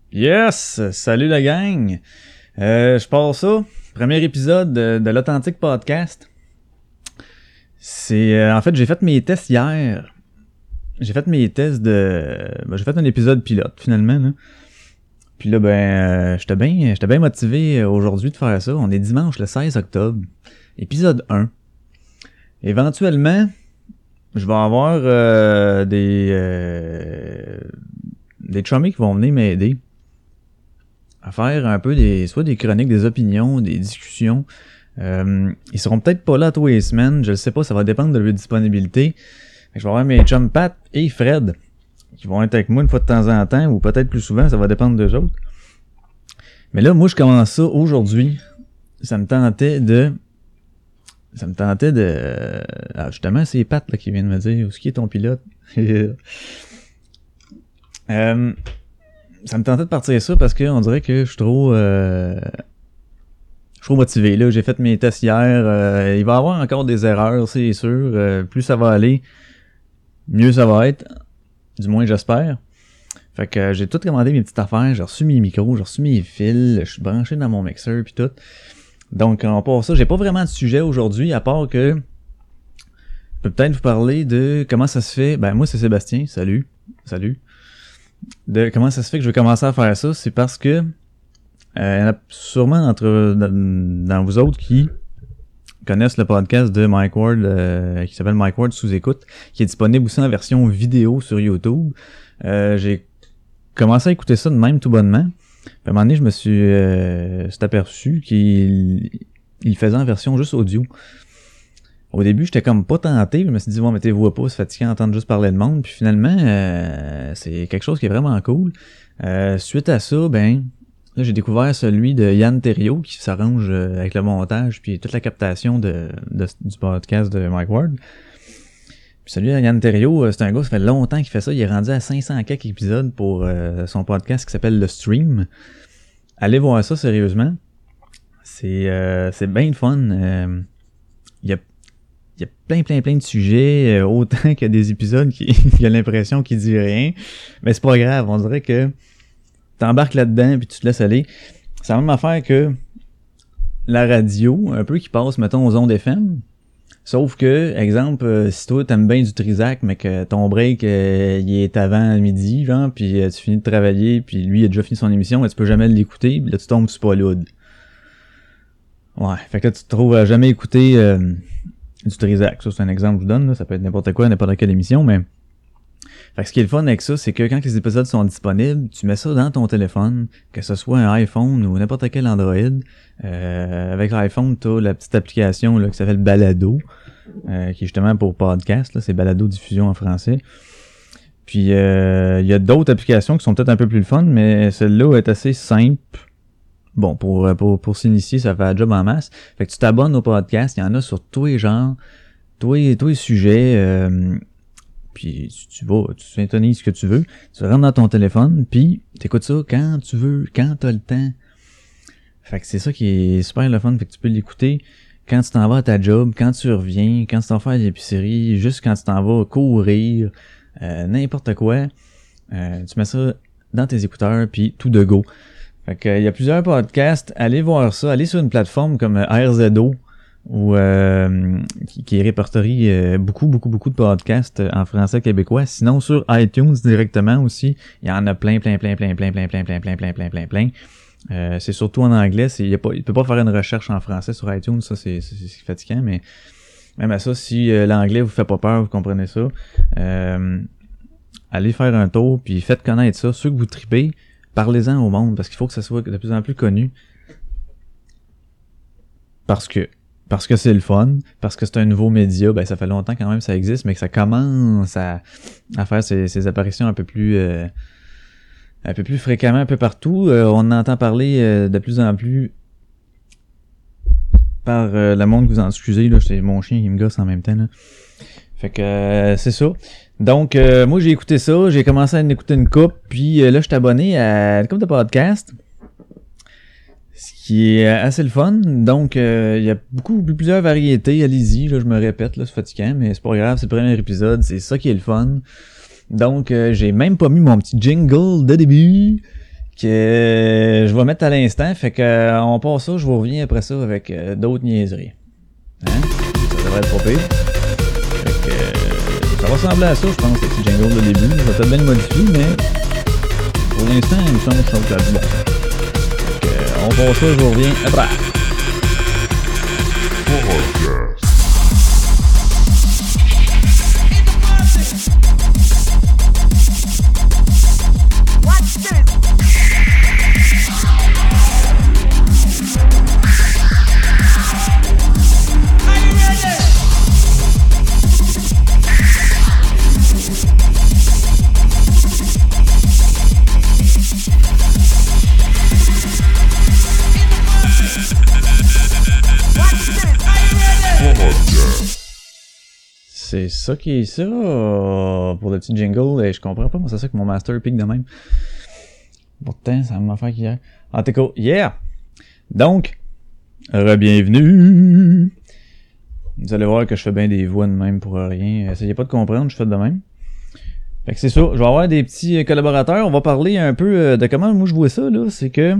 Yes! Salut la gang! Je pars ça. Premier épisode de l'Authentique Podcast. En fait, j'ai fait mes tests hier. J'ai fait mes tests j'ai fait un épisode pilote, finalement, là. Puis là, j'étais bien motivé aujourd'hui de faire ça. On est dimanche le 16 octobre. Épisode 1. Éventuellement, je vais avoir des chummies qui vont venir m'aider à faire un peu soit des chroniques, des opinions, des discussions. Ils seront peut-être pas là tous les semaines, je le sais pas, ça va dépendre de leur disponibilité. Je vais avoir mes chums Pat et Fred qui vont être avec moi une fois de temps en temps, ou peut-être plus souvent, ça va dépendre d'eux autres. Mais là, moi, je commence ça aujourd'hui. Ça me tentait de... Ah, justement, c'est Pat là, qui vient de me dire « Où est-ce qu'il est ton pilote? » Ça me tentait de partir ça parce que on dirait que je suis trop motivé. Là, j'ai fait mes tests hier. Il va y avoir encore des erreurs, c'est sûr. Plus ça va aller, mieux ça va être. Du moins, j'espère. Fait que j'ai tout commandé mes petites affaires. J'ai reçu mes micros, j'ai reçu mes fils. Je suis branché dans mon mixeur puis tout. Donc, on part ça. J'ai pas vraiment de sujet aujourd'hui, à part que je peux peut-être vous parler de comment ça se fait. Ben, moi, c'est Sébastien. Salut. De comment ça se fait que je vais commencer à faire ça, c'est parce que il y en a sûrement dans vous autres qui connaissent le podcast de Mike Ward qui s'appelle Mike Ward sous écoute, qui est disponible aussi en version vidéo sur YouTube. J'ai commencé à écouter ça de même tout bonnement. Puis à un moment donné, je me suis aperçu qu'il faisait en version juste audio. Au début, j'étais comme pas tenté, je me suis dit, bon, mettez-vous pas, c'est fatigant d'entendre juste parler de monde, puis finalement, c'est quelque chose qui est vraiment cool. Suite à ça, là, j'ai découvert celui de Yann Terriot, qui s'arrange avec le montage, puis toute la captation du podcast de Mike Ward. Puis celui de Yann Terriot, c'est un gars, ça fait longtemps qu'il fait ça, il est rendu à 500 quelques épisodes pour son podcast qui s'appelle Le Stream. Allez voir ça, sérieusement. C'est bien fun. Il y a plein de sujets, autant que des épisodes qui a l'impression qu'il dit rien. Mais c'est pas grave, on dirait que t'embarques là-dedans puis tu te laisses aller. C'est la même affaire que la radio, un peu qui passe, mettons, aux ondes FM. Sauf que, exemple, si toi t'aimes bien du Trisac, mais que ton break, il est avant midi, genre, puis tu finis de travailler, puis lui il a déjà fini son émission, et tu peux jamais l'écouter, puis là tu tombes sur Paul. Ouais, fait que là tu te trouves à jamais écouter... du Trisac, ça c'est un exemple que je vous donne, là. Ça peut être n'importe quoi, n'importe quelle émission, mais... Fait que ce qui est le fun avec ça, c'est que quand les épisodes sont disponibles, tu mets ça dans ton téléphone, que ce soit un iPhone ou n'importe quel Android. Avec l'iPhone, t'as la petite application là, qui s'appelle Balado, qui est justement pour podcast, là, c'est Balado Diffusion en français. Puis il y a d'autres applications qui sont peut-être un peu plus le fun, mais celle-là est assez simple. Bon, pour s'initier, ça fait un job en masse. Fait que tu t'abonnes au podcast, il y en a sur tous les genres, tous les sujets, puis tu syntonises ce que tu veux, tu rentres dans ton téléphone, puis t'écoutes ça quand tu veux, quand t'as le temps. Fait que c'est ça qui est super le fun, fait que tu peux l'écouter quand tu t'en vas à ta job, quand tu reviens, quand tu t'en fais à l'épicerie, juste quand tu t'en vas courir, n'importe quoi. Tu mets ça dans tes écouteurs, puis tout de go. Fait que, il y a plusieurs podcasts, allez voir ça, allez sur une plateforme comme RZO ou qui répertorie beaucoup de podcasts en français québécois. Sinon sur iTunes directement aussi, il y en a plein. C'est surtout en anglais, il peut pas faire une recherche en français sur iTunes, ça c'est fatigant, mais même à ça, si l'anglais vous fait pas peur, vous comprenez ça, allez faire un tour puis faites connaître ça, ceux que vous tripez. Parlez-en au monde, parce qu'il faut que ça soit de plus en plus connu. Parce que c'est le fun, parce que c'est un nouveau média, ça fait longtemps quand même ça existe, mais que ça commence à faire ses apparitions un peu plus fréquemment un peu partout. On entend parler de plus en plus par le monde que vous en excusez, là, c'est mon chien qui me gosse en même temps, là. Fait que c'est ça. Donc, moi, j'ai écouté ça, j'ai commencé à en écouter une coupe, puis là, je suis abonné à une couple de podcasts, ce qui est assez le fun. Donc, il y a plusieurs variétés, allez-y, là, je me répète, là, c'est fatigant, mais c'est pas grave, c'est le premier épisode, c'est ça qui est le fun. Donc, j'ai même pas mis mon petit jingle de début, que je vais mettre à l'instant. Fait que on passe ça, je vous reviens après ça avec d'autres niaiseries. Hein? Ça devrait être pas pire. Fait que ça va ressembler à ça, je pense, avec ce jingle de début. Je vais peut-être bien le modifier, mais pour l'instant, il me semble que je trouve que ça a du bon. Fait que on passe ça, je vous reviens après. C'est ça qui est ça pour le petit jingle. Et je comprends pas, moi c'est ça que mon master pique de même. Pourtant, ça m'a fait qu'hier. En tout cas, yeah! Donc, re-bienvenue! Vous allez voir que je fais bien des voix de même pour rien. Essayez pas de comprendre, je fais de même. Fait que c'est ça, je vais avoir des petits collaborateurs. On va parler un peu de comment moi je vois ça, là. C'est que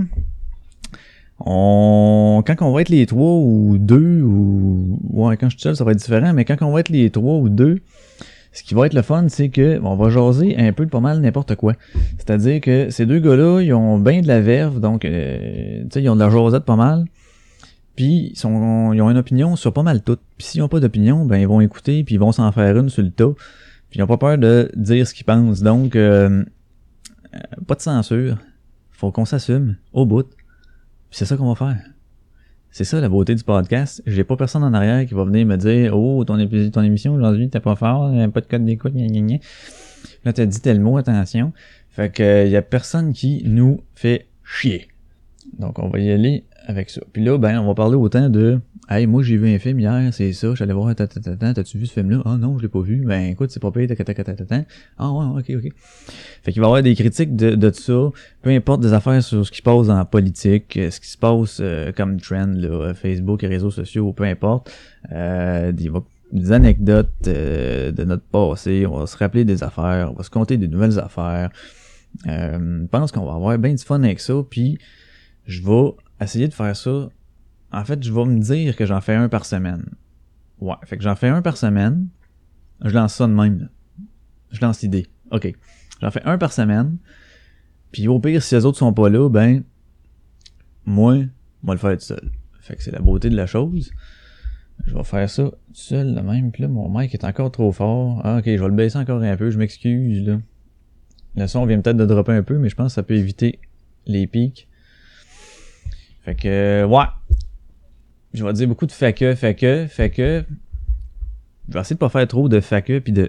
quand on va être les 3 ou 2 ou ouais, quand je suis seul ça va être différent, mais quand on va être les 3 ou 2, ce qui va être le fun, c'est que on va jaser un peu de pas mal n'importe quoi. C'est-à-dire que ces deux gars-là, ils ont bien de la verve, donc tu sais, ils ont de la jasette pas mal. Puis ils ont une opinion sur pas mal tout. Puis s'ils ont pas d'opinion, ben ils vont écouter puis ils vont s'en faire une sur le tas. Puis ils ont pas peur de dire ce qu'ils pensent. Donc pas de censure. Faut qu'on s'assume au bout. Puis c'est ça qu'on va faire. C'est ça la beauté du podcast. J'ai pas personne en arrière qui va venir me dire « Oh, ton émission aujourd'hui, t'es pas fort, pas de code d'écoute, gna gna gna. » Là, t'as dit tel mot, attention. Fait que y a personne qui nous fait chier. Donc, on va y aller avec ça. Puis là, ben, on va parler autant de « Hey, moi, j'ai vu un film hier, c'est ça, j'allais voir, t'as-tu vu ce film-là? Ah non, je l'ai pas vu. Ben, écoute, c'est pas payé, Ah ouais, ok. » Fait qu'il va y avoir des critiques de ça, peu importe des affaires sur ce qui se passe dans la politique, ce qui se passe comme trend, là, Facebook et réseaux sociaux, peu importe, des anecdotes de notre passé, on va se rappeler des affaires, on va se conter des nouvelles affaires. Je pense qu'on va avoir bien du fun avec ça, puis je vais essayer de faire ça. En fait, je vais me dire que j'en fais un par semaine. Ouais, fait que j'en fais un par semaine. Je lance ça de même, là. Je lance l'idée. OK. J'en fais un par semaine. Puis au pire, si les autres sont pas là, ben, moi, je vais le faire tout seul. Fait que c'est la beauté de la chose. Je vais faire ça tout seul de même. Puis là, mon mic est encore trop fort. Ah, OK, je vais le baisser encore un peu. Je m'excuse, là. Le son vient peut-être de dropper un peu, mais je pense que ça peut éviter les pics. Fait que, ouais. Je vais dire beaucoup de fait que. Je vais essayer de pas faire trop de fait que pis de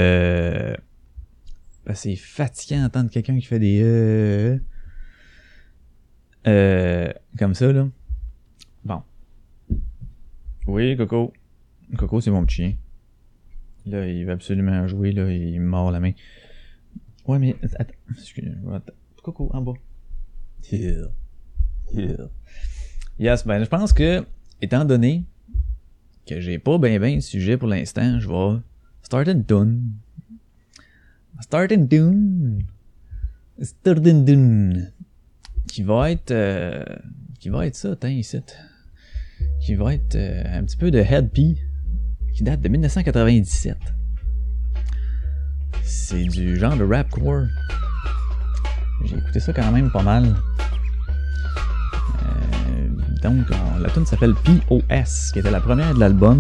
ben c'est fatigant d'entendre quelqu'un qui fait des comme ça, là. Bon. Oui, Coco. Coco, c'est mon petit chien. Là, il va absolument jouer, là, il me mord la main. Ouais, mais attends. Excuse-moi. Coco, en bas. Yeah. Yes, ben je pense que étant donné que j'ai pas ben de sujet pour l'instant, je vais start and done. Qui va être ça, attends, ici. Qui va être un petit peu de Head P, qui date de 1997. C'est du genre de rapcore. J'ai écouté ça quand même pas mal. Donc, la tune s'appelle POS, qui était la première de l'album.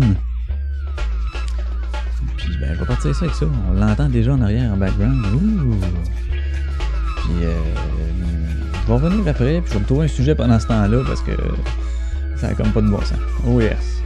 Puis, ben, je vais partir ça avec ça. On l'entend déjà en arrière, en background. Ouh. Puis, je vais revenir après, puis je vais me trouver un sujet pendant ce temps-là, parce que ça a comme pas de bon sens. Oh yes.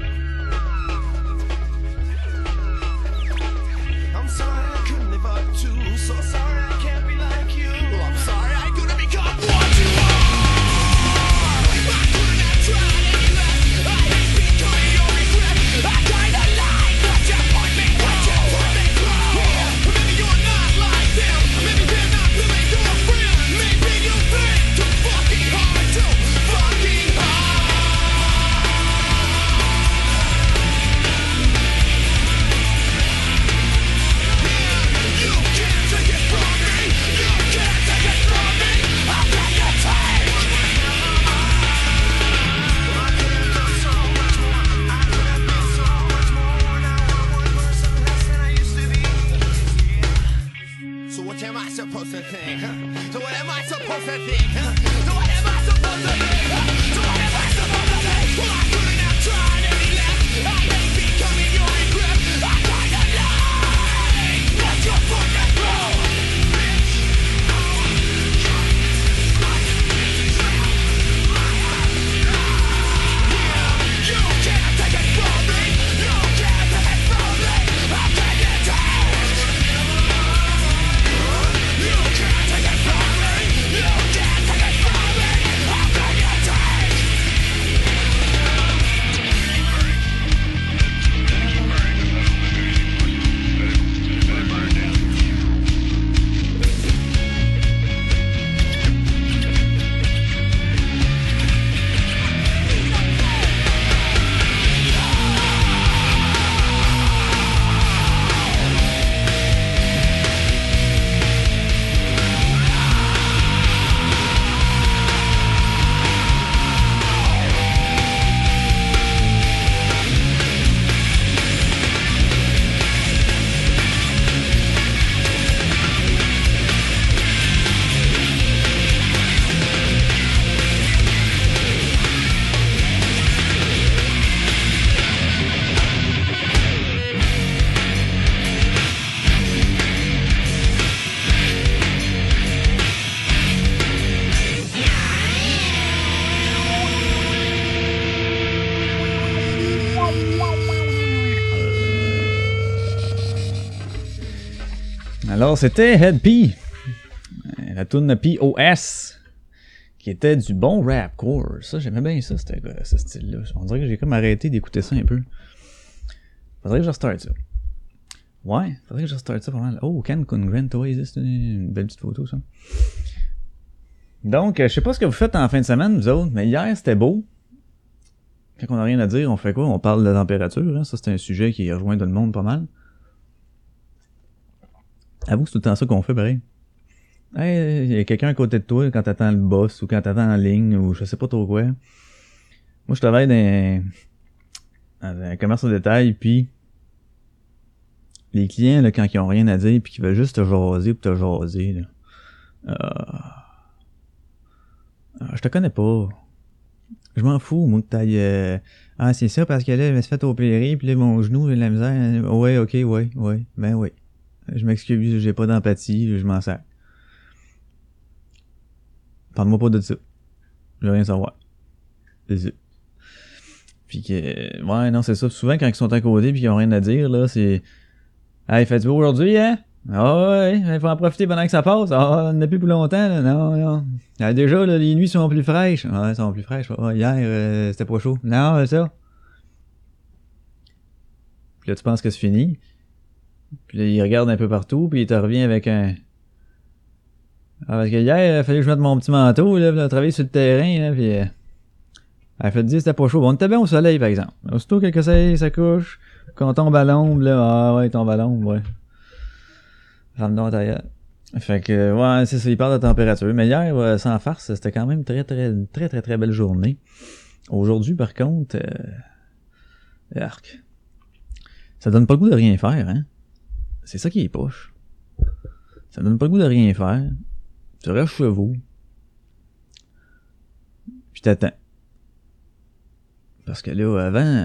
Alors, c'était Head P, la tune POS, qui était du bon rapcore. Ça, j'aimais bien ça, ce style-là. On dirait que j'ai comme arrêté d'écouter ça un peu. Faudrait que je restarte ça. Ouais, faudrait que je restarte ça pas mal. Oh, Ken Grant Oasis, c'est une belle petite photo, ça. Donc, je sais pas ce que vous faites en fin de semaine, vous autres, mais hier, c'était beau. Quand on a rien à dire, on fait quoi? On parle de la température, hein? Ça, c'est un sujet qui rejoint tout le monde pas mal. Avoue que c'est tout le temps ça qu'on fait, pareil. Hey, y a quelqu'un à côté de toi quand t'attends le boss ou quand t'attends en ligne ou je sais pas trop quoi. Moi, je travaille dans un commerce au détail, puis les clients, là, quand ils ont rien à dire puis qu'ils veulent juste te jaser pour te jaser, là. Je te connais pas. Je m'en fous, moi, que t'ailles... Ah, c'est ça, parce que là, je me suis fait opérer, puis là, mon genou, la misère... Ouais, ok, ouais, ben oui. Je m'excuse, j'ai pas d'empathie, je m'en sers. Parle-moi pas de ça. Je veux rien savoir. C'est ça. Puis que... Ouais, non, c'est ça. Souvent, quand ils sont à côté pis qu'ils ont rien à dire, là, c'est... Hey, fait-tu beau aujourd'hui, hein? Ah ouais, il faut en profiter pendant que ça passe. Ah, on n'a plus pour longtemps, là. Non. Ah, déjà, là, les nuits sont plus fraîches. Ouais, elles sont plus fraîches. Ah, hier, c'était pas chaud. Non, ça. Puis là, tu penses que c'est fini. Puis là, il regarde un peu partout, puis il te revient avec un... Ah, parce que hier, il fallait que je mette mon petit manteau, là, travailler sur le terrain, là, puis... Elle fait dire c'était pas chaud. Bon, on était bien au soleil, par exemple. Aussitôt que ça couche, quand on tombe à l'ombre, là, ah ouais, il tombe à l'ombre, ouais. Rentre dans d'ailleurs. Fait que, ouais, c'est ça, il parle de température. Mais hier, sans farce, c'était quand même très belle journée. Aujourd'hui, par contre, arc. Ça donne pas le goût de rien faire, hein. C'est ça qui est poche. Ça donne pas le goût de rien faire. Tu restes chez vous. Puis t'attends. Parce que là,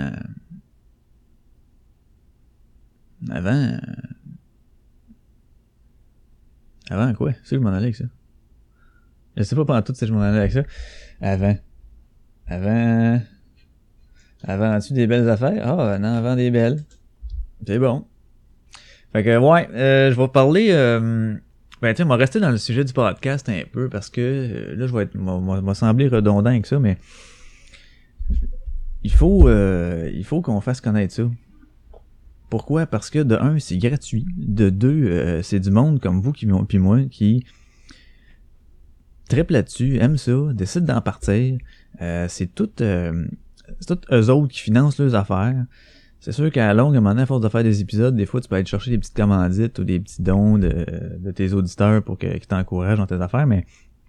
avant quoi? C'est que je m'en allais avec ça. Je sais pas pendant tout si je m'en allais avec ça. Avant-tu des belles affaires? Ah, non, avant des belles. C'est bon. Fait que, ouais, je vais parler... ben, tu sais, on va rester dans le sujet du podcast un peu, parce que, là, je vais sembler redondant avec ça, mais... Il faut qu'on fasse connaître ça. Pourquoi? Parce que, de un, c'est gratuit. De deux, c'est du monde comme vous puis moi qui trippe là-dessus, aime ça, décide d'en partir. C'est tout eux autres qui financent leurs affaires. C'est sûr qu'à la longue, à un moment donné, à force de faire des épisodes, des fois, tu peux aller chercher des petites commandites ou des petits dons de tes auditeurs pour qu'ils t'encouragent dans tes affaires, mais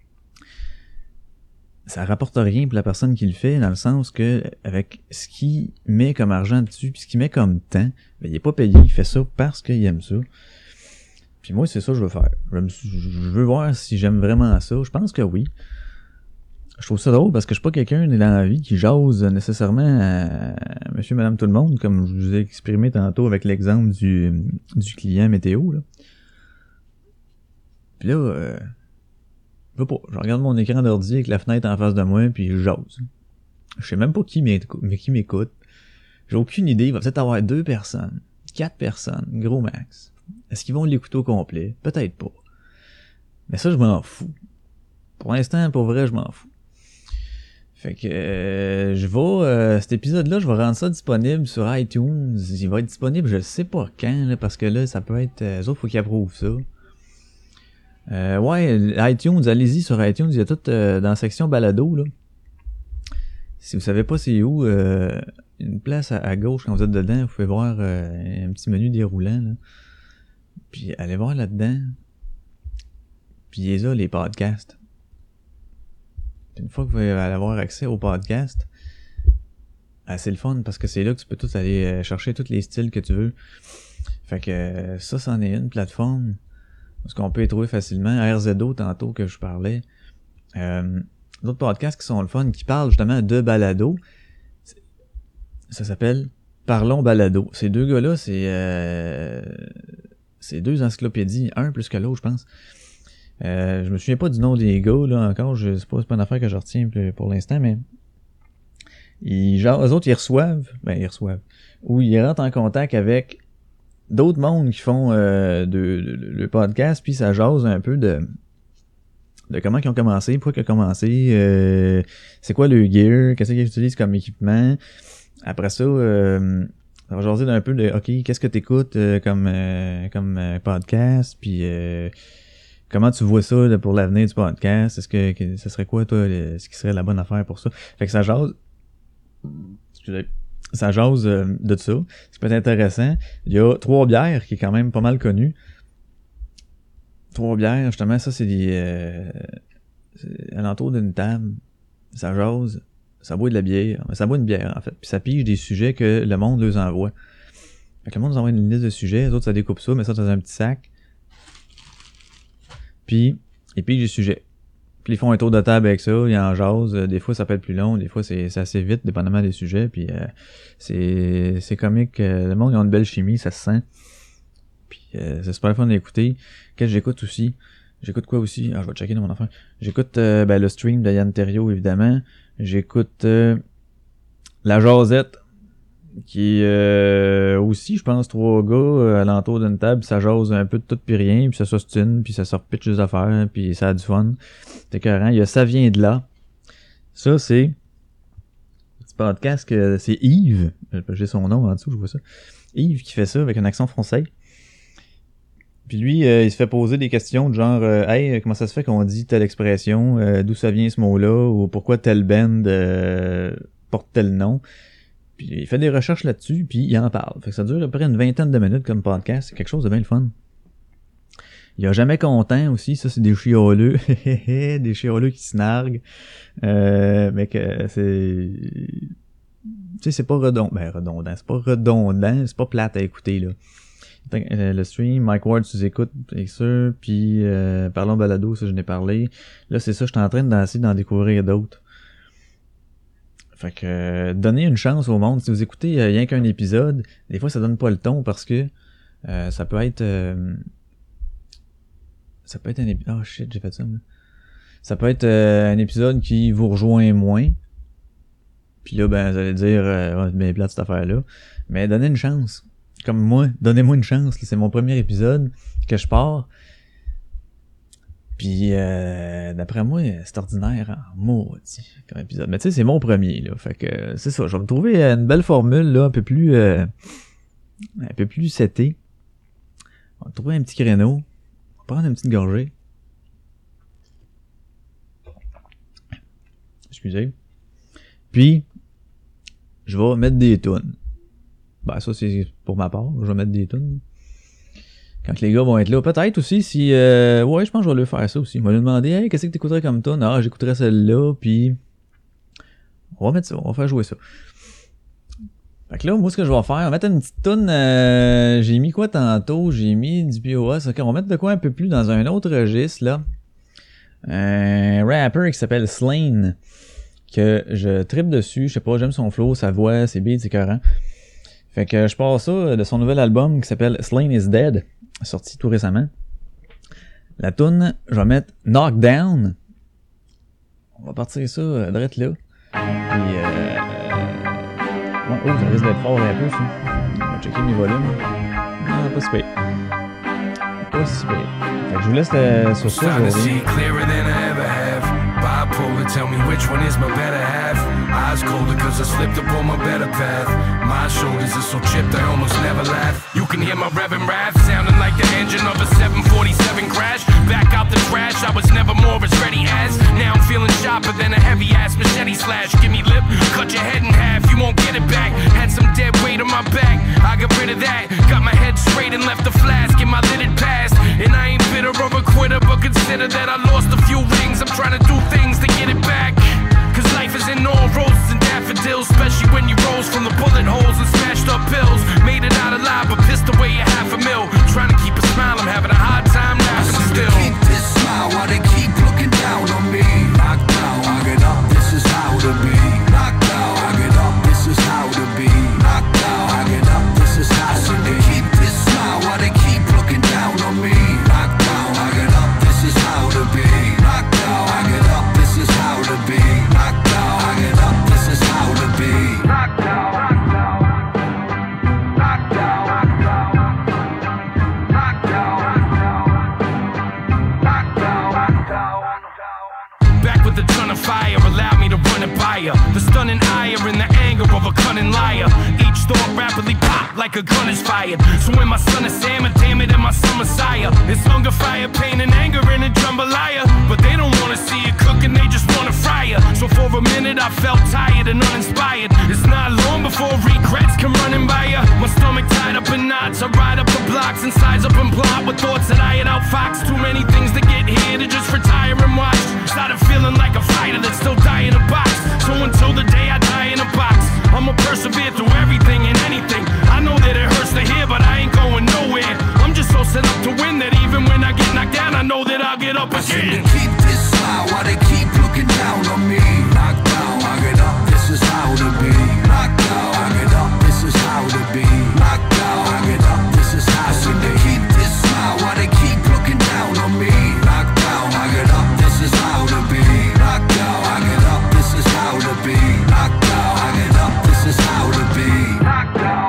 ça rapporte rien pour la personne qui le fait, dans le sens que, avec ce qu'il met comme argent dessus, puis ce qu'il met comme temps, ben, il est pas payé, il fait ça parce qu'il aime ça. Puis moi, c'est ça que je veux faire. Je veux voir si j'aime vraiment ça. Je pense que oui. Je trouve ça drôle parce que je suis pas quelqu'un dans la vie qui jase nécessairement à monsieur, madame, tout le monde, comme je vous ai exprimé tantôt avec l'exemple du client météo, là. Puis là, je regarde mon écran d'ordi avec la fenêtre en face de moi, puis je jase. Je sais même pas qui m'écoute. J'ai aucune idée. Il va peut-être avoir 2 personnes, 4 personnes, gros max. Est-ce qu'ils vont l'écouter au complet? Peut-être pas. Mais ça, je m'en fous. Pour l'instant, pour vrai, je m'en fous. Fait que cet épisode-là, je vais rendre ça disponible sur iTunes. Il va être disponible, je sais pas quand, là, parce que là, ça peut être... eux autres, faut qu'ils approuvent ça. iTunes, allez-y sur iTunes, il y a tout dans la section balado, là. Si vous savez pas c'est où, une place à gauche, quand vous êtes dedans, vous pouvez voir un petit menu déroulant, là. Puis allez voir là-dedans. Puis il y a les podcasts. Une fois que vous allez avoir accès au podcast, c'est le fun parce que c'est là que tu peux tout aller chercher tous les styles que tu veux. Fait que ça, c'en est une plateforme parce qu'on peut y trouver facilement. RZO, tantôt que je parlais. D'autres podcasts qui sont le fun, qui parlent justement de balado. Ça s'appelle Parlons Balado. Ces 2 gars-là, c'est 2 encyclopédies, un plus que l'autre, je pense. Je me souviens pas du nom des gars, là, encore, c'est pas une affaire que je retiens pour l'instant, mais eux autres, ils reçoivent, ou ils rentrent en contact avec d'autres mondes qui font le podcast, puis ça jase un peu de comment ils ont commencé, pourquoi ils ont commencé, c'est quoi le gear, qu'est-ce qu'ils utilisent comme équipement. Après ça, ça va jaser d'un peu de, ok, qu'est-ce que t'écoutes comme podcast, puis comment tu vois ça là, pour l'avenir du podcast? Est-ce que ça serait quoi, toi, ce qui serait la bonne affaire pour ça? Fait que ça jase. Excusez. Ça jase de ça. Ce qui peut être intéressant. Il y a 3 bières qui est quand même pas mal connu. 3 bières, justement, ça c'est des. C'est alentour d'une table. Ça jase. Ça boit de la bière. Ça boit une bière, en fait. Puis ça pige des sujets que le monde leur envoie. Fait que le monde nous envoie une liste de sujets. Les autres, ça découpe ça, met ça dans un petit sac. Puis, ils pigent des sujets. Puis ils font un tour de table avec ça, ils en jasent. Des fois, ça peut être plus long, des fois, c'est assez vite, dépendamment des sujets. Puis c'est comique. Le monde, ils ont une belle chimie, ça se sent. Puis c'est super fun d'écouter. Qu'est-ce que j'écoute aussi? J'écoute quoi aussi? Je vais checker dans mon affaire. J'écoute le stream de Yann Terriot, évidemment. J'écoute La Jasette, qui aussi, je pense, 3 gars à l'entour d'une table, ça jase un peu de tout pis rien, puis ça s'ostine, puis ça sort pitch des affaires, puis ça a du fun. C'est écœurant. Il y a Ça vient de là. Ça, c'est un petit podcast que c'est Yves, j'ai son nom en dessous, je vois ça. Yves qui fait ça avec un accent français. Puis lui, il se fait poser des questions de genre hey, comment ça se fait qu'on dit telle expression, d'où ça vient ce mot-là, ou pourquoi telle band porte tel nom. Puis il fait des recherches là-dessus, puis il en parle. Fait que ça dure à peu près une 20aine de minutes comme podcast. C'est quelque chose de bien le fun. Il y a Jamais content aussi. Ça, c'est des chioleux. Des chioleux qui se narguent. Mais que c'est... Tu sais, c'est pas redondant. C'est pas redondant. C'est pas plate à écouter, là. Le stream, Mike Ward, tu écoutes, c'est sûr. Puis Parlons Balado, ça, je n'ai parlé. Là, c'est ça, je suis en train d'essayer d'en découvrir d'autres. Fait que donnez une chance au monde. Si vous écoutez rien qu'un épisode, des fois ça donne pas le ton parce que ça peut être un épisode. Oh shit, j'ai fait ça. Moi. Ça peut être un épisode qui vous rejoint moins. Puis là, ben vous allez dire c'est bien plate cette affaire-là. Mais donnez une chance. Comme moi, donnez-moi une chance. C'est mon premier épisode que je pars. Puis d'après moi, c'est ordinaire en maudit comme épisode. Mais tu sais, c'est mon premier, là. Fait que c'est ça. Je vais me trouver une belle formule, là, un peu plus setée. On va trouver un petit créneau. On va prendre une petite gorgée. Excusez. Puis, je vais mettre des tunes. Ben ça, c'est pour ma part. Je vais mettre des tunes. Quand les gars vont être là. Peut-être aussi si... ouais, je pense que je vais leur faire ça aussi. Je vais leur demander, hey, qu'est-ce que t'écouterais comme tune? Ah, j'écouterais celle-là, puis... On va mettre ça, on va faire jouer ça. Fait que là, moi, ce que je vais faire, on va mettre une petite toune. J'ai mis quoi tantôt? J'ai mis du POS. Ok, on va mettre de quoi un peu plus dans un autre registre, là. Un rapper qui s'appelle Slane, que je trippe dessus. Je sais pas, j'aime son flow, sa voix, ses beats, c'est écœurant. Fait que je pars ça de son nouvel album qui s'appelle Slane is Dead, sorti tout récemment. La toune, je vais mettre Knockdown. On va partir ça direct là. Puis oh, ça risque d'être fort un peu, ça. On va checker mes volumes. Non, pas si pire. Pas si pire. Fait que je vous laisse sur ça, je reviens. Bipolar, tell me which one is my better half. Eyes colder cause I slipped up on my better path. My shoulders are so chipped I almost never laugh. You can hear my revving wrath sounding like the engine of a 747 crash. Back out the trash, I was never more as ready as. Now I'm feeling sharper than a heavy ass machete slash. Give me lip, cut your head in half, you won't get it back. Had some dead weight on my back, I got rid of that. Got my head straight and left the flask in my lidded past. And I ain't bitter or a quitter, but consider that I lost a few rings. I'm trying to do things to get it back. Cause life isn't all roses and daffodils, especially when you rose from the bullet holes and smashed up pills. Made it out alive, but pissed away $500,000. Trying to keep a smile, I'm having a hard time laughing still. Keep this smile while they keep looking down on me. Knocked down, I get up, this is how to be. Knocked down, I get up, this is how to be. Knocked down, I get up, this is how to be. Keep this smile while they keep looking down on me. Knocked down, I get up, this is how to be. Knocked down, I get up, this is how to be. Knocked down, I get up, this is how to be. Knocked down, knocked down, knocked down, knocked down, knocked down, knocked down, knocked down. Back with a ton of fire, allow me to run it by ya. The stunning ire and the anger of a cunning liar. Each thought rapidly pop like a gun is fired. So when my son is Sam, damn it, and my son Messiah. It's hunger, fire, pain, and anger in a jambalaya. But they don't wanna see it cooking, they just wanna fry ya. So for a minute I felt tired and uninspired. It's not long before regrets come running by ya. My stomach tied up in knots, I ride up the blocks and size up and plot with thoughts that I had outfoxed. Too many things to get here to just retire and watch. Started feeling like a fighter that's still dying in a box. So until the day I die in a box, I'ma persevere through everything and anything. I know that it hurts to hear, but I ain't going nowhere. I'm just so set up to win that even when I get knocked down, I know that I'll get up again. Keep this smile while they keep looking down on me. Knocked down, I get up, this is how to be. Knocked down, I get up, this is how to be. Knocked down, I get up, this is how to be. Keep this smile while they keep looking down on me. Knocked down, I get up, this is how to be. Knocked down, I get up, this is how to be. Knocked down, I get up, this is how to be. Knocked down,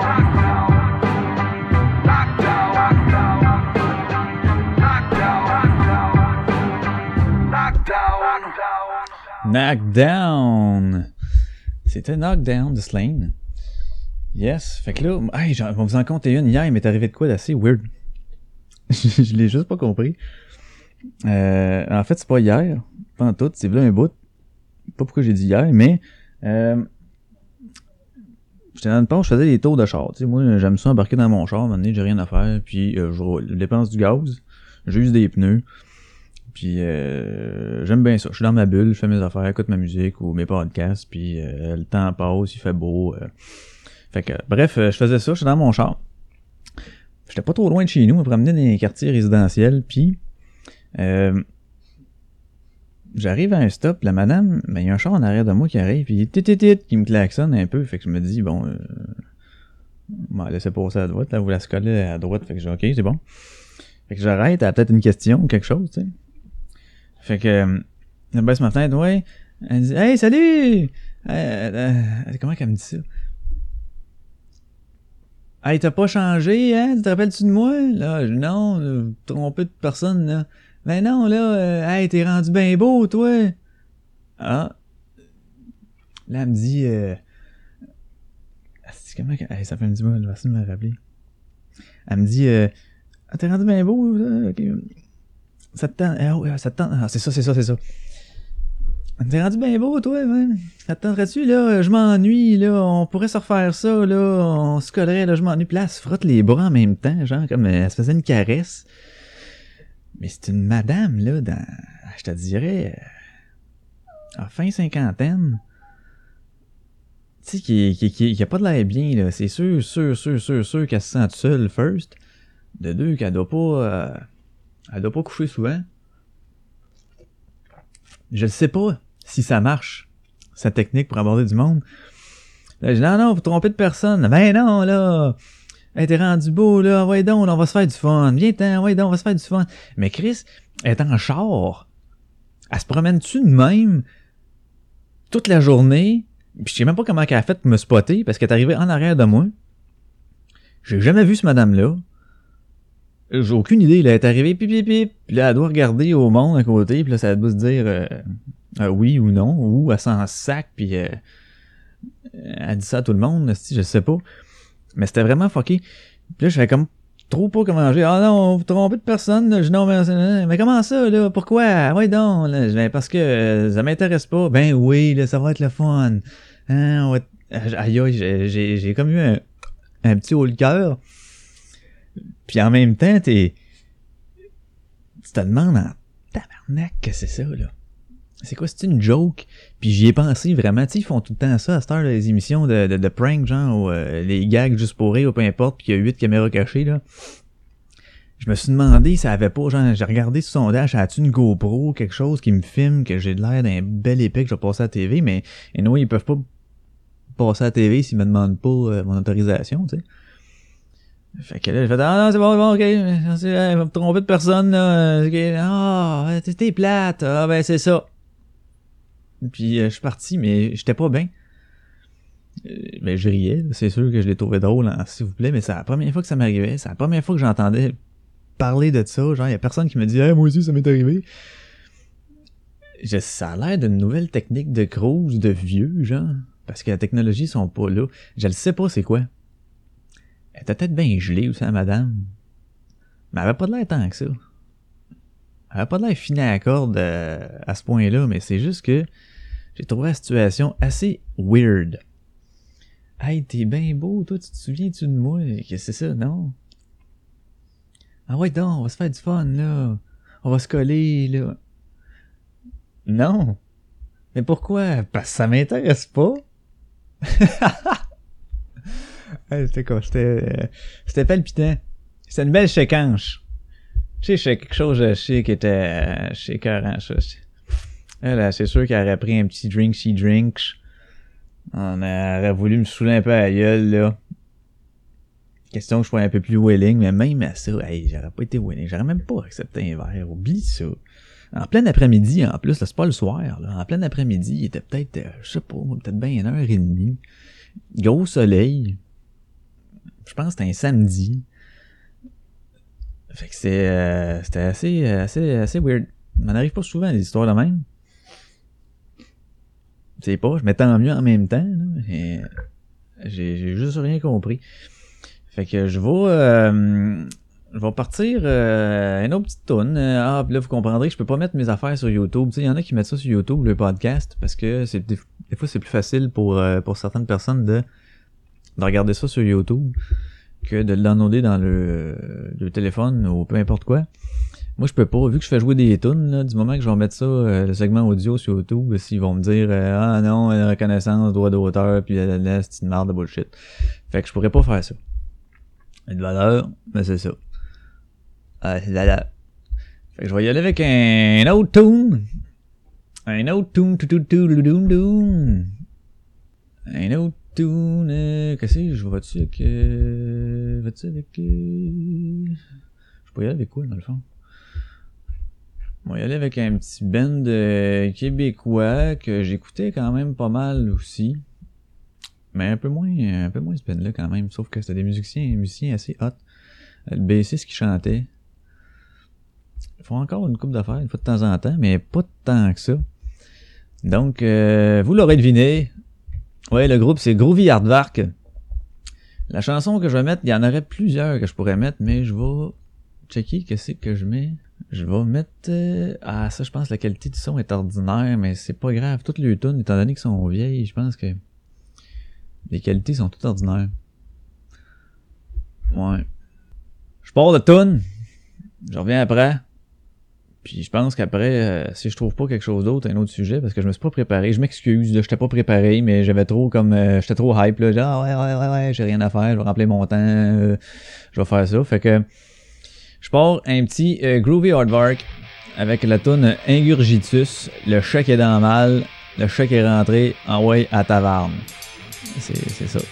knocked down, knocked down, knocked down, knocked down, knocked down. Knockdown. C'était Knockdown de Slane. Yes. Fait que là, hey, je vais vous en compter une. Hier, il m'est arrivé de quoi d'assez weird. Je l'ai juste pas compris. En fait, c'est pas hier. Pas en tout. C'est là un bout. Pas pourquoi j'ai dit hier, mais j'étais dans une pause, je faisais des tours de char. Tu sais, moi, j'aime ça embarquer dans mon char, à un moment donné, j'ai rien à faire, puis je dépense du gaz, j'use des pneus, puis j'aime bien ça. Je suis dans ma bulle, je fais mes affaires, écoute ma musique ou mes podcasts, puis le temps passe, il fait beau. Fait que, bref, je faisais ça, j'étais dans mon char. J'étais pas trop loin de chez nous, on me promenait dans les quartiers résidentiels, puis j'arrive à un stop, la madame, ben, il y a un char en arrière de moi qui arrive, puis qui me klaxonne un peu, fait que je me dis, bon, laissez passer à droite, là, vous la se coller à droite, fait que j'ai ok, c'est bon. Fait que j'arrête, elle a peut-être une question ou quelque chose, tu sais. Fait que, elle baisse ma fenêtre, ouais, elle dit, hey, salut! Comment qu'elle me dit ça? Hey, t'as pas changé, hein? Tu te rappelles-tu de moi? Là, non, trompé de personne, là. Ben non, là, hey, t'es rendu bien beau, toi. Ah. Là, elle me dit, comment, hey, ça fait un petit moment, je vais essayer de me rappeler. Elle me dit, ah, t'es rendu bien beau, là, ok. Ça te tente, ça te tente, ah, c'est ça. T'es rendu bien beau, toi, man. Ça te tenterait-tu, là? Je m'ennuie, là. On pourrait se refaire ça, là. On se collerait, là. Je m'ennuie. Puis là, elle se frotte les bras en même temps, genre, comme elle se faisait une caresse. Mais c'est une madame, là, je te dirais, à fin cinquantaine. Tu sais, qui a pas de l'air bien, là. C'est sûr qu'elle se sent seule, first. De deux, qu'elle doit pas coucher souvent. Je sais pas si ça marche, sa technique pour aborder du monde. Là, je dis, non, vous trompez de personne. Ben non, là. Hey, t'es rendu beau, là. Ouais, donc, on va se faire du fun. Viens-t'en, ouais, donc, on va se faire du fun. Mais Chris, elle est en char. Elle se promène-tu de même toute la journée? Puis je sais même pas comment elle a fait pour me spotter parce qu'elle est arrivée en arrière de moi. J'ai jamais vu ce madame-là. J'ai aucune idée. Là, elle est arrivée, pip, pip, pip. Puis là, elle doit regarder au monde à côté. Puis là, ça doit se dire oui ou non. Ou elle s'en sac. Puis elle dit ça à tout le monde. Je sais pas. Mais c'était vraiment fucké. Puis là, je savais comme trop pas comment agir. Ah non, vous trompez de personne. Là. Je dis non, mais comment ça, là? Pourquoi? Ouais donc. Là. Je dis, parce que ça m'intéresse pas. Ben oui, là, ça va être le fun. Hein, aïe, j'ai comme eu un petit haut le cœur. Puis en même temps, tu te demandes en tabarnak que c'est ça, là. C'est quoi, c'est une joke? Puis j'y ai pensé vraiment, tu sais, ils font tout le temps ça à cette heure, les émissions de prank, genre, ou les gags juste pour rire, ou peu importe, puis il y a 8 caméras cachées, là. Je me suis demandé si ça avait pas, genre, j'ai regardé sur son dash, as-tu une GoPro, quelque chose qui me filme, que j'ai l'air d'un bel épée que je vais passer à la TV, mais, anyway, ils peuvent pas passer à la TV s'ils me demandent pas mon autorisation, tu sais. Fait que là, j'ai fait, ah non, c'est bon, ok, va me tromper de personne, là, t'es plate, ah ben c'est ça. Puis je suis parti, mais j'étais pas bien. Mais je riais, c'est sûr que je l'ai trouvé drôle, hein, s'il vous plaît, mais c'est la première fois que ça m'arrivait, c'est la première fois que j'entendais parler de ça, genre, y a personne qui me dit, hey, moi aussi, ça m'est arrivé. Ça a l'air d'une nouvelle technique de cruise de vieux, genre, parce que la technologie sont pas là. Je le sais pas c'est quoi. Elle était peut-être bien gelée aussi, la madame. Mais elle avait pas de l'air tant que ça. Elle avait pas de l'air fine à la corde à ce point-là, mais c'est juste que j'ai trouvé la situation assez weird. Hey, t'es bien beau, toi, tu te souviens-tu de moi? Qu'est-ce que c'est ça, non? Ah ouais, donc, on va se faire du fun, là. On va se coller, là. Non. Mais pourquoi? Parce que ça m'intéresse pas. Hey, c'était quoi? C'était palpitant. C'était une belle séquence. Tu sais, c'est quelque chose de chic qui était écœurant, ça. Là, c'est sûr qu'elle aurait pris un petit drinks. On aurait voulu me saouler un peu à la gueule, là. Question que je sois un peu plus willing, mais même à ça, hey, j'aurais pas été willing. J'aurais même pas accepté un verre. Oublie ça. En plein après-midi, en plus, là, c'est pas le soir, là. En plein après-midi, il était peut-être, je sais pas, peut-être bien 1h30. Gros soleil. Je pense que c'était un samedi. Fait que c'était assez weird. Il m'en arrive pas souvent des histoires de même. C'est pas, je m'étais en mieux en même temps, là, et j'ai juste rien compris. Fait que je vais partir une autre petite toune. Puis là, vous comprendrez que je peux pas mettre mes affaires sur YouTube. Tu sais, il y en a qui mettent ça sur YouTube, le podcast, parce que des fois c'est plus facile pour certaines personnes de regarder ça sur YouTube que de le downloader dans le téléphone ou peu importe quoi. Moi, je peux pas, vu que je fais jouer des tunes, là, du moment que je vais mettre ça, le segment audio sur YouTube, s'ils vont me dire ah non, reconnaissance, droit d'auteur, puis là, c'est une merde de bullshit. Fait que je pourrais pas faire ça. Une valeur, mais c'est ça. Là. Fait que je vais y aller avec un autre tune. Un autre tune, un autre tune, qu'est-ce que je vais-tu avec, je peux y aller avec quoi, dans le fond? On va y aller avec un petit band québécois que j'écoutais quand même pas mal aussi. Mais un peu moins ce band-là quand même. Sauf que c'était des musiciens assez hot. Le bassiste qui chantait. Ils font encore une couple d'affaires, une fois de temps en temps, mais pas tant que ça. Donc, vous l'aurez deviné. Ouais, le groupe, c'est Groovy Aardvark. La chanson que je vais mettre, il y en aurait plusieurs que je pourrais mettre, mais je vais checker qu'est-ce que je mets. Je vais mettre... ça, je pense que la qualité du son est ordinaire, mais c'est pas grave. Toutes les tunes, étant donné qu'elles sont vieilles, je pense que les qualités sont toutes ordinaires. Ouais. Je pars de tune. Je reviens après. Puis je pense qu'après, si je trouve pas quelque chose d'autre, un autre sujet, parce que je me suis pas préparé, je m'excuse, là, j'étais pas préparé, mais j'avais trop comme j'étais trop hype là, genre ouais, j'ai rien à faire, je vais remplir mon temps, je vais faire ça. Fait que je pars un petit Groovy Aardvark avec la toune Ingurgitus, le chat est dans le mal, le chat est rentré en way à taverne. C'est ça.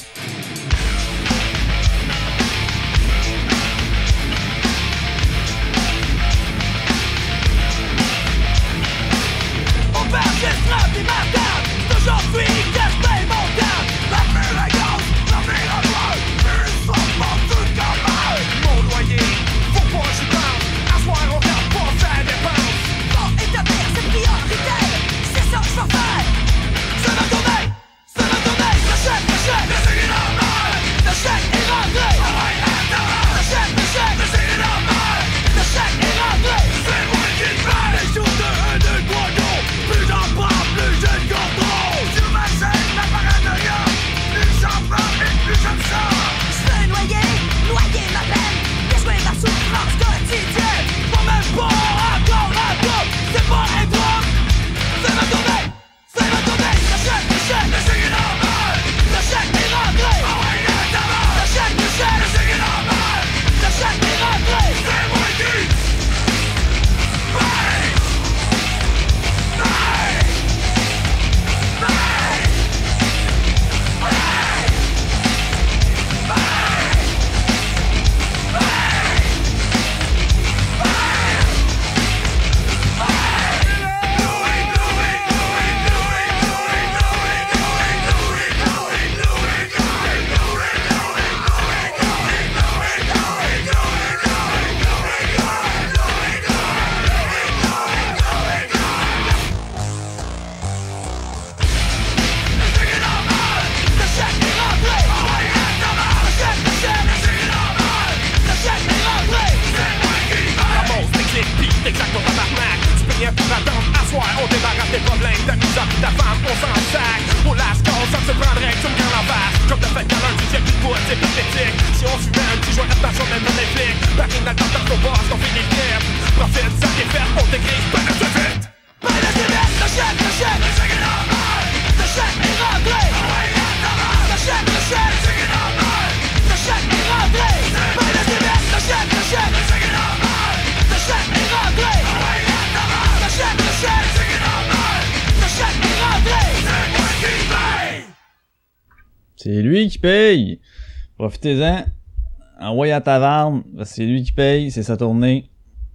C'est lui qui paye. Profitez-en. Envoyez à taverne. C'est lui qui paye. C'est sa tournée.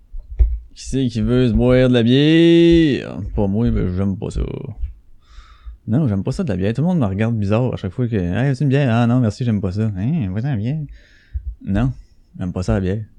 Qui c'est qui veut se boire de la bière? Pas moi, mais j'aime pas ça. Non, j'aime pas ça de la bière. Tout le monde me regarde bizarre à chaque fois que... Hey, c'est une bière? Ah non, merci, j'aime pas ça. Hein, vas-y la bière. Non, j'aime pas ça la bière.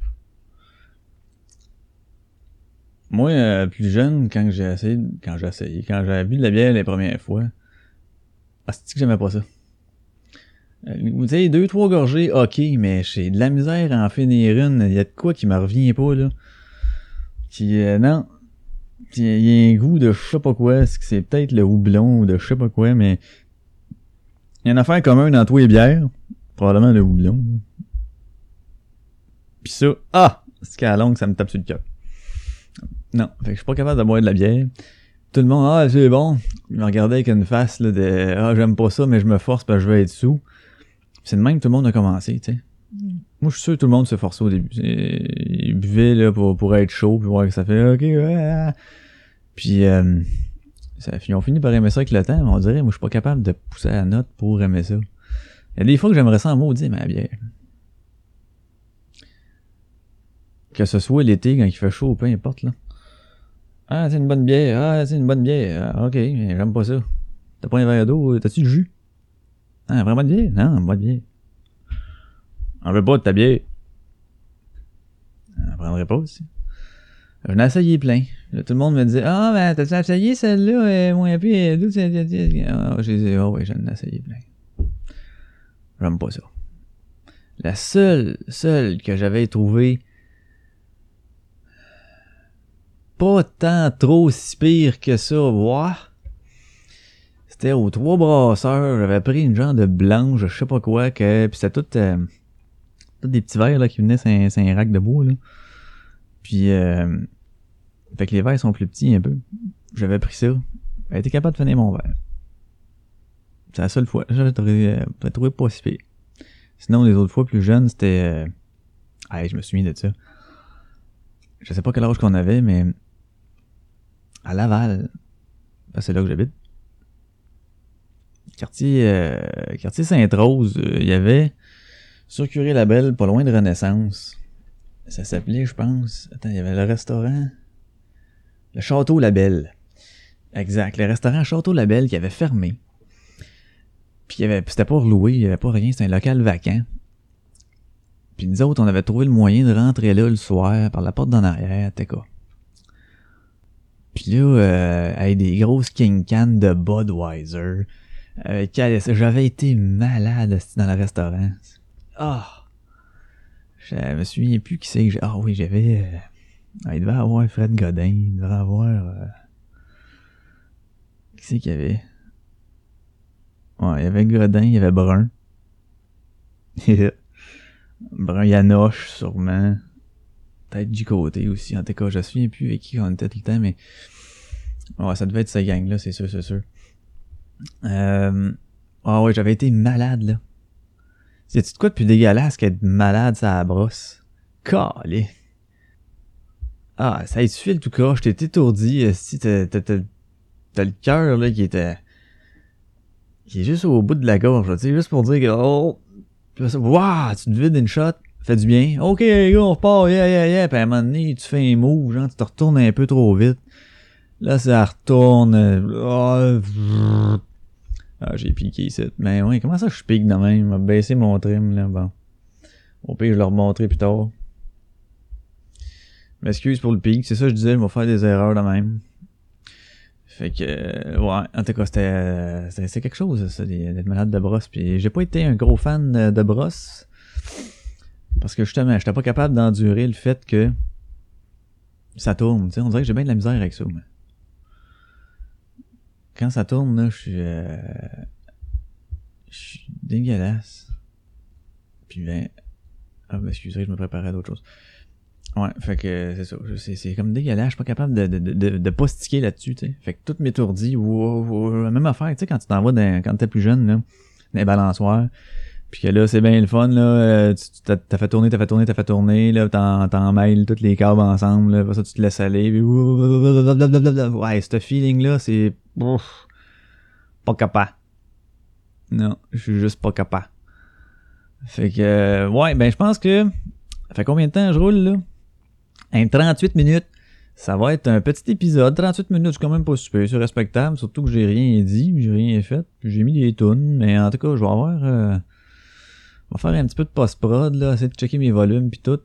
Moi, plus jeune, quand j'avais bu de la bière les premières fois, c'est que j'aimais pas ça. Vous savez, 2-3 gorgées, ok, mais j'ai de la misère à en finir une. Il y a de quoi qui me revient pas, là. Non. Il y a un goût de je sais pas quoi. C'est peut-être le houblon ou de je sais pas quoi, mais il y a une affaire commune dans tous les bières. Probablement le houblon. Pis ça, c'est qu'à la longue, ça me tape sur le cœur. Non, fait que je suis pas capable de boire de la bière. Tout le monde, c'est bon. Il me regardait avec une face là de j'aime pas ça, mais je me force parce que je veux être sous. C'est de même que tout le monde a commencé, tu sais. Moi, je suis sûr que tout le monde se forçait au début. Ils buvaient là, pour être chaud, puis voir que ça fait OK, ouais. Puis, ils ont fini par aimer ça avec le temps, mais on dirait, moi, je suis pas capable de pousser la note pour aimer ça. Il y a des fois que j'aimerais ça en maudit, ma bière. Que ce soit l'été, quand il fait chaud, peu importe, là. Ah, c'est une bonne bière. Ah, c'est une bonne bière. Ah, ok, mais j'aime pas ça. T'as pas un verre d'eau? T'as-tu du jus? Ah, vraiment de bière? Non, pas de bière. On veut pas de ta bière. On prendrait pas aussi. J'en ai essayé plein. Là, tout le monde me disait, ben, t'as-tu essayé celle-là? Moins pire, d'où c'est? J'ai dit, ouais, j'en ai essayé plein. J'aime pas ça. La seule que j'avais trouvée pas tant trop si pire que ça, ouais. C'était aux 3 brasseurs, j'avais pris une genre de blanche, je sais pas quoi, pis c'était tout des petits verres là qui venaient sur un rack de bois là. Puis Fait que les verres sont plus petits un peu. J'avais pris ça. J'avais été capable de finir mon verre. C'est la seule fois. J'avais trouvé pas si pire. Sinon, les autres fois plus jeunes, c'était... je me suis mis de ça. Je sais pas quel âge qu'on avait, mais... À Laval, c'est là que j'habite. Quartier Sainte-Rose, il y avait... Sur Curie-Labelle, pas loin de Renaissance. Ça s'appelait, je pense... Attends, il y avait le restaurant... Le Château Labelle. Exact, le restaurant Château Labelle qui avait fermé. Puis c'était pas reloué, il y avait pas rien, c'était un local vacant. Puis nous autres, on avait trouvé le moyen de rentrer là le soir par la porte d'en arrière, t'es quoi. Puis là, avec des grosses King Can de Budweiser. J'avais été malade dans le restaurant. Je me souviens plus qui c'est que j'ai... oui, j'avais... il devait avoir Fred Godin, il devait avoir... Qui c'est qu'il y avait? Ouais, il y avait Godin, il y avait Brun. Brun Yanoche, sûrement. Peut-être du côté aussi. En tout cas, je me souviens plus avec qui on était tout le temps, mais... Ouais, ça devait être cette gang-là, c'est sûr. Ouais, j'avais été malade, là. C'est-tu de quoi de plus dégueulasse qu'être malade, ça la brosse? Calé! Ça y suffit le tout croche, t'es étourdi, si t'as le cœur, là, qui est juste au bout de la gorge, tu sais, juste pour dire que, waouh, tu te vides une shot, fait du bien, ok, go, on repart, yeah, pis à un moment donné, tu fais un move, genre, tu te retournes un peu trop vite, là, ça retourne, j'ai piqué ici, mais ouais, comment ça je pique de même, m'a baissé mon trim, là, bon, au pire, je le remonterai plus tard. M'excuse pour le pic, c'est ça que je disais, je vais faire des erreurs de même. Fait que, ouais, en tout cas, c'est quelque chose, ça, d'être malade de brosse. Puis j'ai pas été un gros fan de brosse, parce que justement, j'étais pas capable d'endurer le fait que ça tourne, tu sais, on dirait que j'ai bien de la misère avec ça, mais... Quand ça tourne, là, je suis dégueulasse. Puis ben... excusez, je me préparais à d'autres choses. Ouais, fait que c'est ça. C'est comme dégueulasse, je suis pas capable de pas sticker là-dessus, tu sais. Fait que tout m'étourdit. Même affaire, tu sais, quand tu t'en vas quand t'es plus jeune, là, dans les balançoires, pis que là, c'est bien le fun, là, t'as fait tourner, là, t'en mêles tous les câbles ensemble, là, après ça, tu te laisses aller, pis ouais, ce feeling-là, c'est... pas capable. Non, je suis juste pas capable. Fait que, ouais, ben je pense que... Ça fait combien de temps je roule, là? 38 minutes. Ça va être un petit épisode. 38 minutes, c'est quand même pas super. C'est respectable. Surtout que j'ai rien dit, j'ai rien fait. Puis j'ai mis des tunes. Mais en tout cas, je vais avoir... on va faire un petit peu de post-prod, là. Essayer de checker mes volumes pis tout.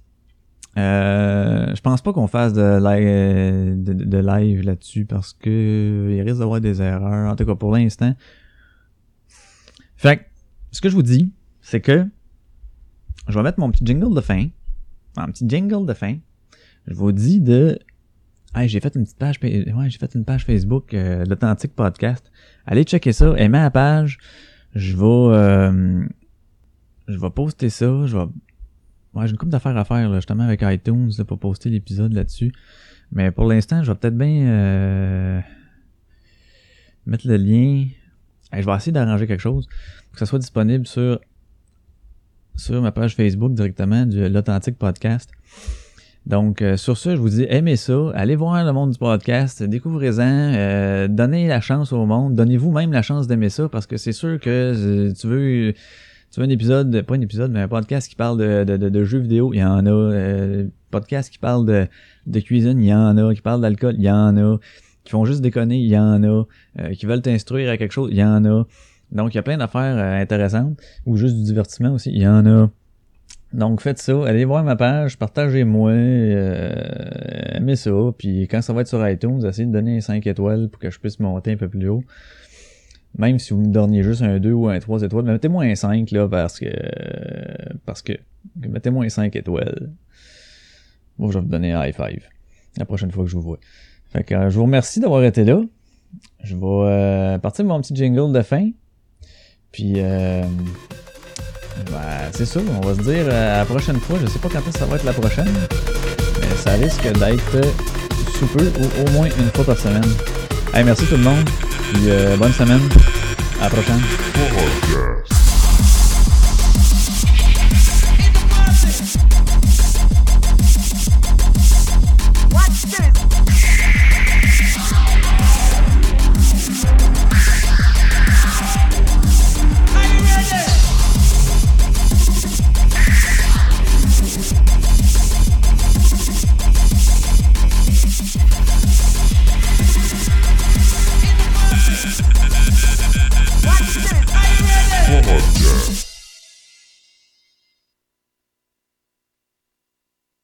Je pense pas qu'on fasse de live là-dessus parce que il risque d'avoir des erreurs. En tout cas, pour l'instant. Fait que, ce que je vous dis, c'est que je vais mettre mon petit jingle de fin. Je vous dis j'ai fait une petite page, j'ai fait une page Facebook, l'Authentique Podcast. Allez checker ça, aimez la page. Je vais poster ça. J'ai une couple d'affaires à faire, là, justement, avec iTunes, là, pour poster l'épisode là-dessus. Mais pour l'instant, je vais peut-être bien mettre le lien. Je vais essayer d'arranger quelque chose pour que ça soit disponible sur ma page Facebook directement de l'Authentique Podcast. Donc, sur ça, je vous dis, aimez ça, allez voir le monde du podcast, découvrez-en, donnez la chance au monde, donnez-vous même la chance d'aimer ça, parce que c'est sûr que tu veux un épisode, pas un épisode, mais un podcast qui parle de jeux vidéo, il y en a, podcast qui parle de cuisine, il y en a, qui parle d'alcool, il y en a, qui font juste déconner, il y en a, qui veulent t'instruire à quelque chose, il y en a. Donc, il y a plein d'affaires intéressantes, ou juste du divertissement aussi, il y en a. Donc, faites ça, allez voir ma page, partagez-moi, aimez ça, puis quand ça va être sur iTunes, essayez de donner 5 étoiles pour que je puisse monter un peu plus haut. Même si vous me donniez juste un 2 ou un 3 étoiles, mais mettez-moi un 5, là, parce que mettez-moi un 5 étoiles. Moi, je vais vous donner un high five la prochaine fois que je vous vois. Fait que je vous remercie d'avoir été là. Je vais partir de mon petit jingle de fin. Puis, c'est ça, on va se dire à la prochaine fois. Je sais pas quand ça va être la prochaine, mais ça risque d'être sous peu, au moins une fois par semaine. Hey, merci tout le monde, puis bonne semaine. À la prochaine.